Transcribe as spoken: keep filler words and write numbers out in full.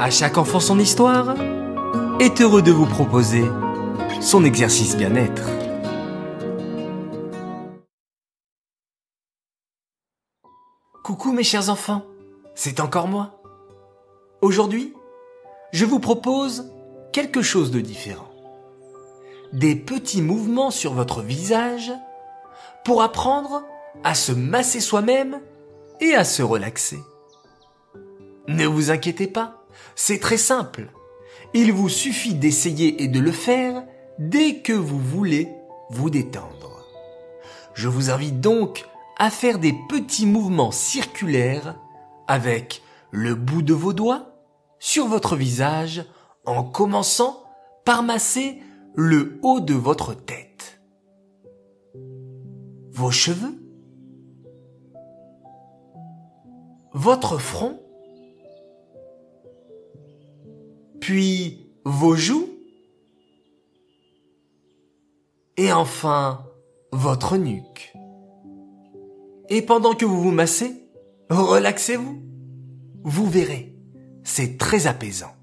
À chaque enfant son histoire est heureux de vous proposer son exercice bien-être. Coucou mes chers enfants, c'est encore moi. Aujourd'hui, je vous propose quelque chose de différent. Des petits mouvements sur votre visage pour apprendre à se masser soi-même et à se relaxer. Ne vous inquiétez pas, c'est très simple. Il vous suffit d'essayer et de le faire dès que vous voulez vous détendre. Je vous invite donc à faire des petits mouvements circulaires avec le bout de vos doigts sur votre visage en commençant par masser le haut de votre tête, vos cheveux, votre front, puis vos joues et enfin votre nuque. Et pendant que vous vous massez, relaxez-vous. Vous verrez, c'est très apaisant.